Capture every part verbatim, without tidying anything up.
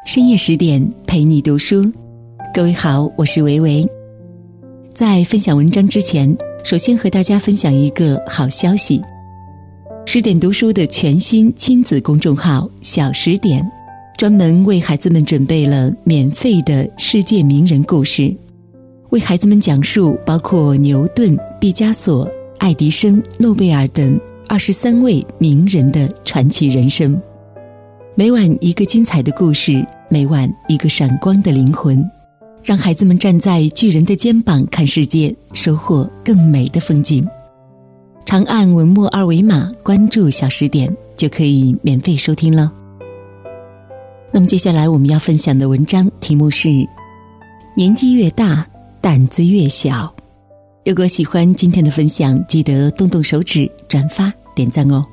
深夜十点陪你读书。各位好，我是维维。在分享文章之前，首先和大家分享一个好消息。十点读书的全新亲子公众号小十点，专门为孩子们准备了免费的世界名人故事，为孩子们讲述包括牛顿、毕加索、爱迪生、诺贝尔等二十三位名人的传奇人生。每晚一个精彩的故事，每晚一个闪光的灵魂，让孩子们站在巨人的肩膀看世界，收获更美的风景。长按文末二维码关注小十点，就可以免费收听了。那么接下来我们要分享的文章题目是年纪越大胆子越小。如果喜欢今天的分享，记得动动手指转发点赞哦。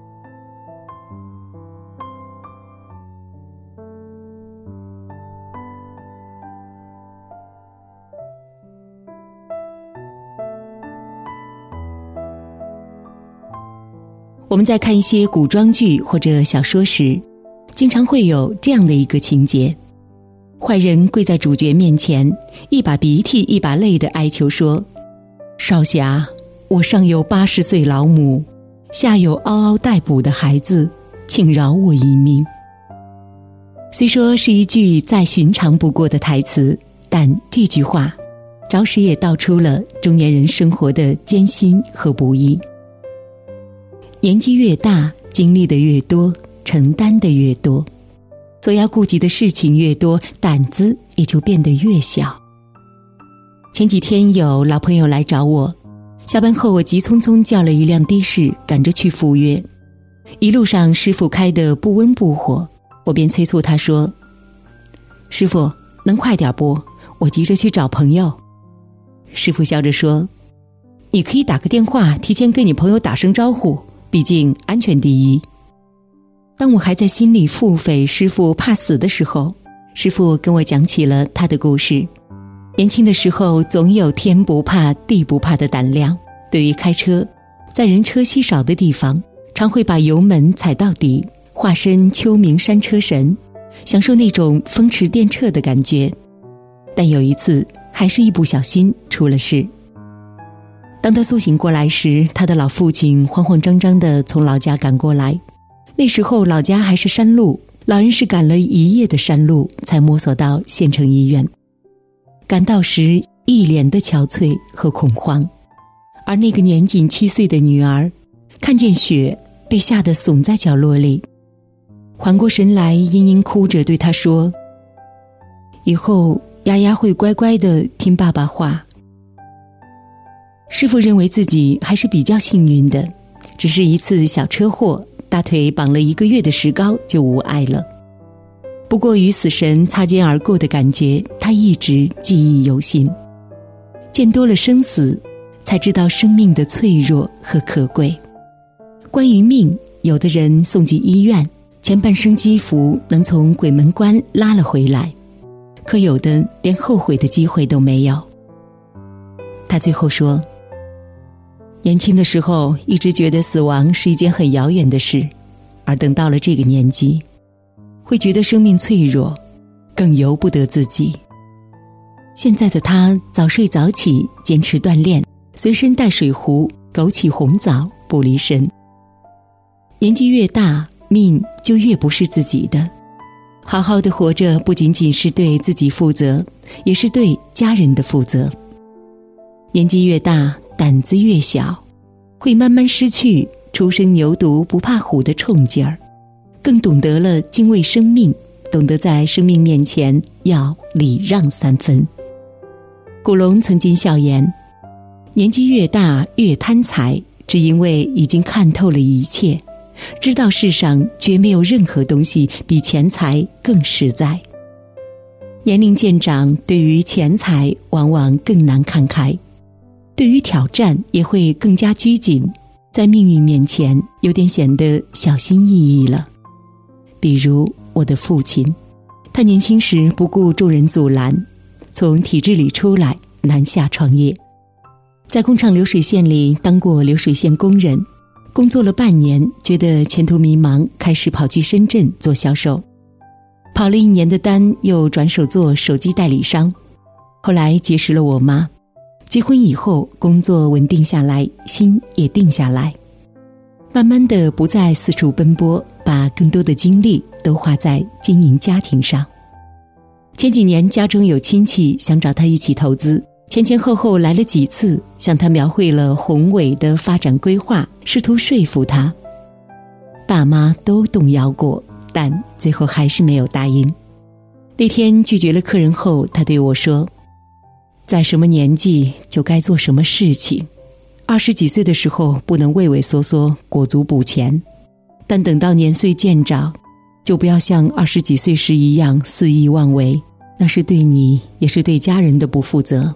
我们在看一些古装剧或者小说时，经常会有这样的一个情节：坏人跪在主角面前，一把鼻涕一把泪地哀求说，少侠，我上有八十岁老母，下有嗷嗷待哺的孩子，请饶我一命。虽说是一句再寻常不过的台词，但这句话着实也道出了中年人生活的艰辛和不易。年纪越大，经历的越多，承担的越多，所要顾及的事情越多，胆子也就变得越小。前几天有老朋友来找我，下班后我急匆匆叫了一辆的士，赶着去赴约。一路上师傅开得不温不火，我便催促他说，师傅能快点不？我急着去找朋友。师傅笑着说，你可以打个电话提前跟你朋友打声招呼，毕竟安全第一。当我还在心里腹诽师傅怕死的时候，师傅跟我讲起了他的故事。年轻的时候总有天不怕地不怕的胆量，对于开车，在人车稀少的地方，常会把油门踩到底，化身秋名山车神，享受那种风驰电掣的感觉。但有一次还是一不小心出了事。当他苏醒过来时，他的老父亲慌慌张张地从老家赶过来。那时候老家还是山路，老人是赶了一夜的山路才摸索到县城医院。赶到时一脸的憔悴和恐慌，而那个年仅七岁的女儿看见血被吓得耸在角落里，缓过神来殷殷哭着对他说，以后丫丫会乖乖地听爸爸话。师父认为自己还是比较幸运的，只是一次小车祸，大腿绑了一个月的石膏就无碍了。不过与死神擦肩而过的感觉，他一直记忆犹新。见多了生死，才知道生命的脆弱和可贵。关于命，有的人送进医院，前半生积福能从鬼门关拉了回来，可有的连后悔的机会都没有。他最后说，年轻的时候一直觉得死亡是一件很遥远的事，而等到了这个年纪，会觉得生命脆弱，更由不得自己。现在的他早睡早起，坚持锻炼，随身带水壶，枸杞红枣不离身。年纪越大，命就越不是自己的。好好的活着，不仅仅是对自己负责，也是对家人的负责。年纪越大，胆子越小，会慢慢失去初生牛犊不怕虎的冲劲儿，更懂得了敬畏生命，懂得在生命面前要礼让三分。古龙曾经笑言，年纪越大越贪财，只因为已经看透了一切，知道世上绝没有任何东西比钱财更实在。年龄渐长，对于钱财往往更难看开，对于挑战也会更加拘谨，在命运面前有点显得小心翼翼了。比如我的父亲，他年轻时不顾众人阻拦，从体制里出来南下创业，在工厂流水线里当过流水线工人，工作了半年，觉得前途迷茫，开始跑去深圳做销售。跑跑了一年的单，又转手做手机代理商。后来结识了我妈，结婚以后工作稳定下来，心也定下来，慢慢的不再四处奔波，把更多的精力都花在经营家庭上。前几年家中有亲戚想找他一起投资，前前后后来了几次，向他描绘了宏伟的发展规划，试图说服他。爸妈都动摇过，但最后还是没有答应。那天拒绝了客人后，他对我说，在什么年纪就该做什么事情，二十几岁的时候不能畏畏缩缩裹足不前，但等到年岁渐长，就不要像二十几岁时一样肆意妄为，那是对你也是对家人的不负责。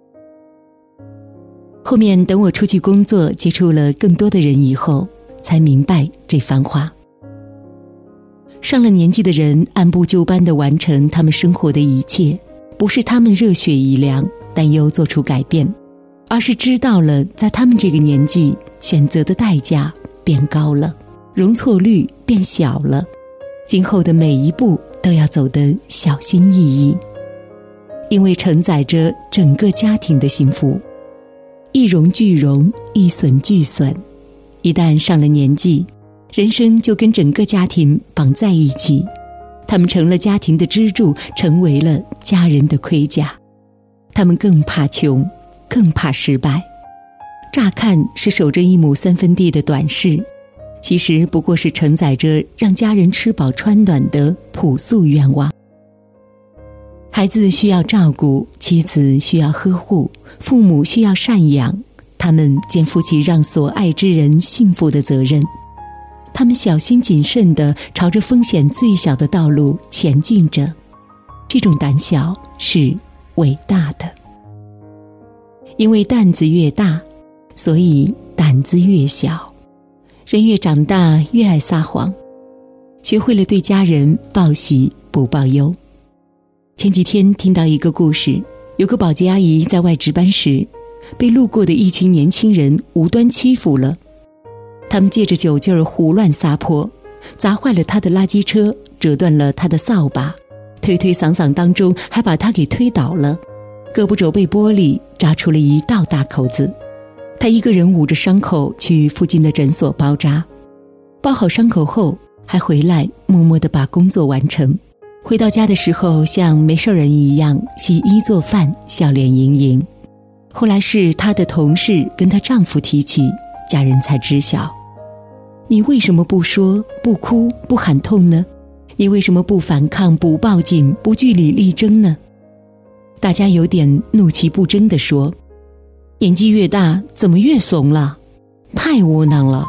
后面等我出去工作，接触了更多的人以后，才明白这番话。上了年纪的人按部就班地完成他们生活的一切，不是他们热血已凉但又做出改变，而是知道了在他们这个年纪选择的代价变高了，容错率变小了，今后的每一步都要走得小心翼翼，因为承载着整个家庭的幸福。一荣俱荣，一损俱损，一旦上了年纪，人生就跟整个家庭绑在一起，他们成了家庭的支柱，成为了家人的盔甲。他们更怕穷，更怕失败。乍看是守着一亩三分地的短视，其实不过是承载着让家人吃饱穿暖的朴素愿望。孩子需要照顾，妻子需要呵护，父母需要赡养，他们肩负起让所爱之人幸福的责任。他们小心谨慎地朝着风险最小的道路前进着，这种胆小是伟大的。因为担子越大，所以胆子越小。人越长大越爱撒谎，学会了对家人报喜不报忧。前几天听到一个故事，有个保洁阿姨在外值班时，被路过的一群年轻人无端欺负了。他们借着酒劲儿胡乱撒泼，砸坏了她的垃圾车，折断了她的扫把，推推搡搡当中还把她给推倒了，胳膊肘被玻璃扎出了一道大口子。她一个人捂着伤口去附近的诊所包扎，包好伤口后还回来默默地把工作完成。回到家的时候像没事人一样洗衣做饭，笑脸盈盈。后来是她的同事跟她丈夫提起，家人才知晓，你为什么不说不哭不喊痛呢？你为什么不反抗不报警不据理力争呢？大家有点怒其不争地说，年纪越大怎么越怂了，太窝囊了。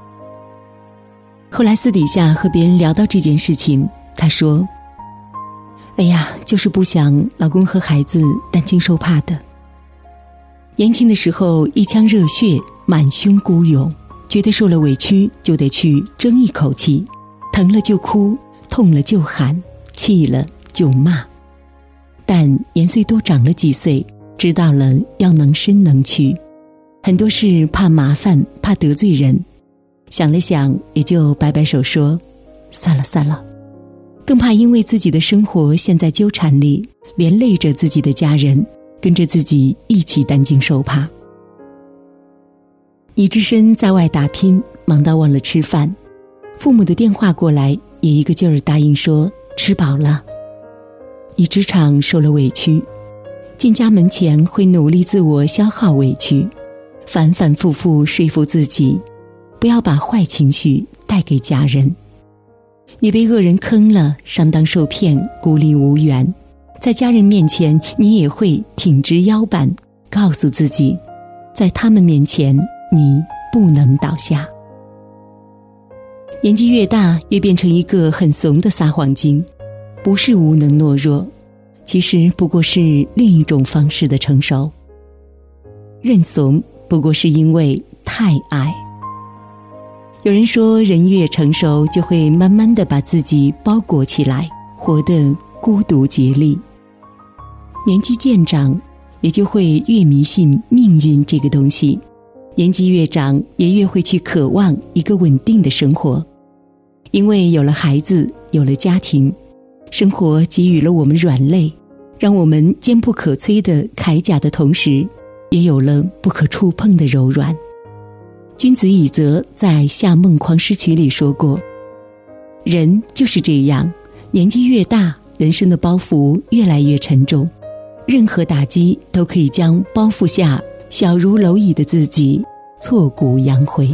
后来私底下和别人聊到这件事情，她说，哎呀，就是不想老公和孩子担惊受怕的。年轻的时候一腔热血，满胸孤勇，觉得受了委屈就得去争一口气，疼了就哭，痛了就喊，气了就骂。但年岁多长了几岁，知道了要能伸能屈，很多事怕麻烦，怕得罪人，想了想也就摆摆手说，算了算了。更怕因为自己的生活陷在纠缠里，连累着自己的家人，跟着自己一起担惊受怕。你只身在外打拼，忙到忘了吃饭，父母的电话过来也一个劲儿答应说吃饱了。你职场受了委屈，进家门前会努力自我消耗委屈，反反复复说服自己不要把坏情绪带给家人。你被恶人坑了，上当受骗，孤立无援，在家人面前你也会挺直腰板，告诉自己在他们面前你不能倒下。年纪越大，越变成一个很怂的撒谎精，不是无能懦弱，其实不过是另一种方式的成熟。认怂不过是因为太爱。有人说，人越成熟，就会慢慢地把自己包裹起来，活得孤独竭力。年纪渐长，也就会越迷信命运这个东西，年纪越长，也越会去渴望一个稳定的生活。因为有了孩子，有了家庭， 生活给予了我们软肋，让我们坚不可摧的铠甲的同时，也有了不可触碰的柔软。君子以泽在《夏梦狂诗曲》里说过，人就是这样，年纪越大，人生的包袱越来越沉重，任何打击都可以将包袱下小如蝼蚁的自己挫骨扬灰。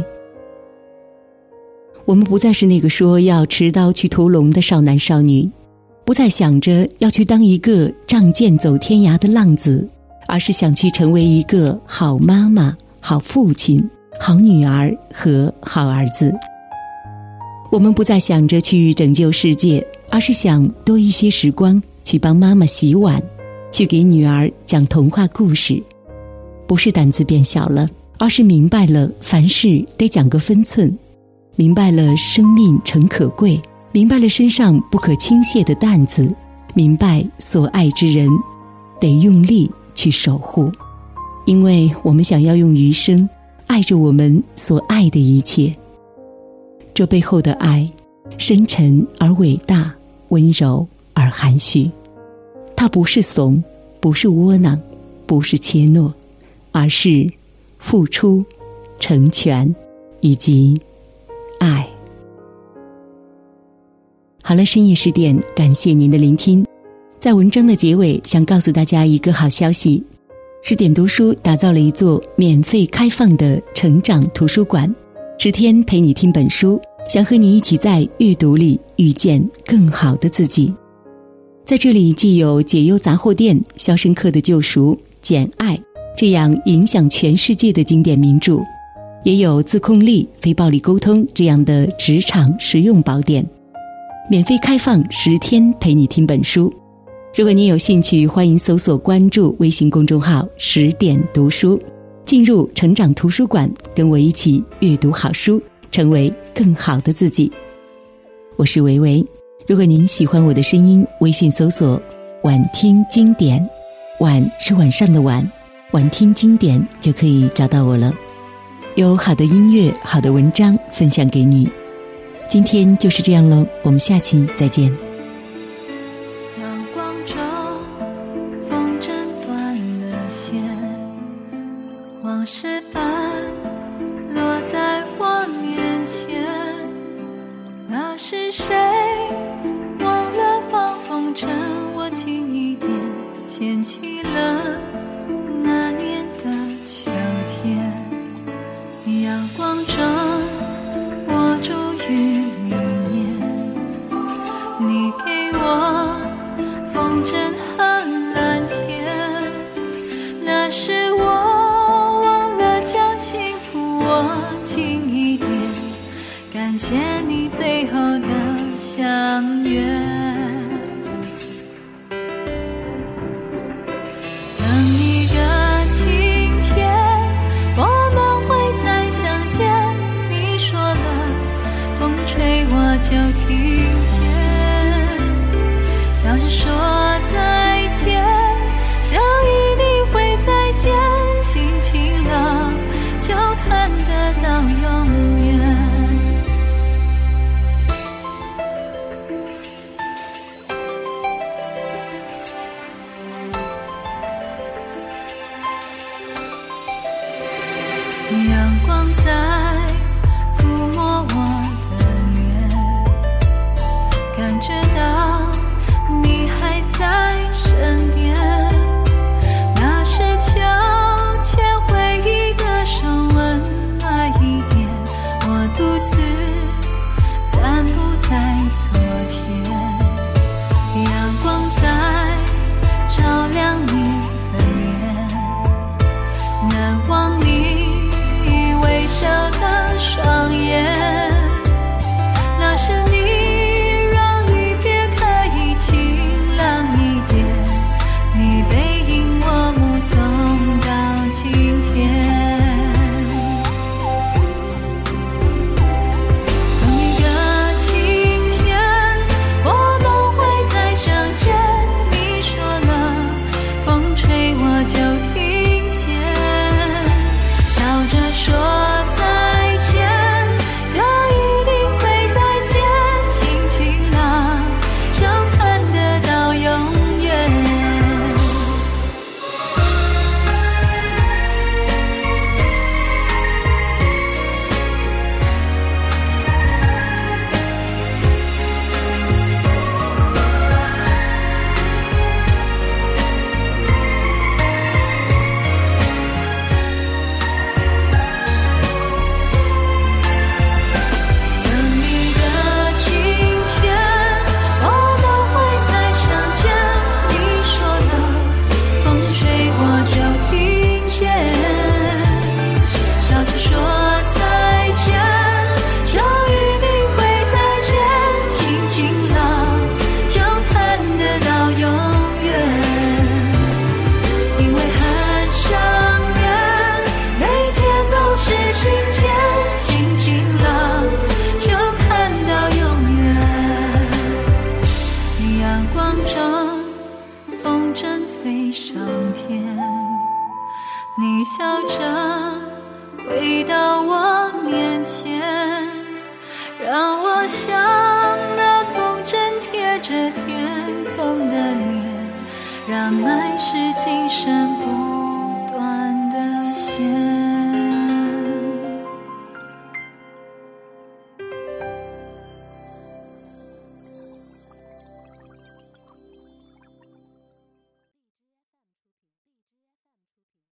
我们不再是那个说要持刀去屠龙的少男少女，不再想着要去当一个仗剑走天涯的浪子，而是想去成为一个好妈妈、好父亲、好女儿和好儿子。我们不再想着去拯救世界，而是想多一些时光去帮妈妈洗碗，去给女儿讲童话故事。不是胆子变小了，而是明白了凡事得讲个分寸，明白了生命诚可贵，明白了身上不可轻卸的担子，明白所爱之人得用力去守护，因为我们想要用余生爱着我们所爱的一切。这背后的爱深沉而伟大，温柔而含蓄，它不是怂，不是窝囊，不是怯懦，而是付出、成全以及爱。好了，深夜十点，感谢您的聆听。在文章的结尾，想告诉大家一个好消息，十点读书打造了一座免费开放的成长图书馆，十天陪你听本书，想和你一起在阅读里遇见更好的自己。在这里既有解忧杂货店、肖申克的救赎、简爱这样影响全世界的经典名著，也有自控力、非暴力沟通这样的职场实用宝典。免费开放十天陪你听本书。如果你有兴趣，欢迎搜索关注微信公众号十点读书，进入成长图书馆，跟我一起阅读好书，成为更好的自己。我是维维，如果您喜欢我的声音，微信搜索晚听经典，晚是晚上的晚，晚听经典就可以找到我了。有好的音乐、好的文章分享给你。今天就是这样了，我们下期再见。 阳光中风筝断了线，往事般落在我面前。那是谁忘了放风筝，我轻一点牵起了那年的秋天。阳光中我住于里面，你给我风筝和蓝天。那是我忘了将幸福握紧一点，感谢你最后的相约。等一个晴天，我们会再相见。你说了，风吹我就听见，笑着说再见，就一定会再见。心情了，就看得到永远。阳光在抚摸我的脸，感觉到你还在身边。那是秋千回忆的手，温暖一点。我独自散步在昨天，阳光在照亮你的脸，难忘你微笑阳光中风筝飞上天，你笑着回到我面前，让我像那风筝贴着天空的脸，让爱是今生不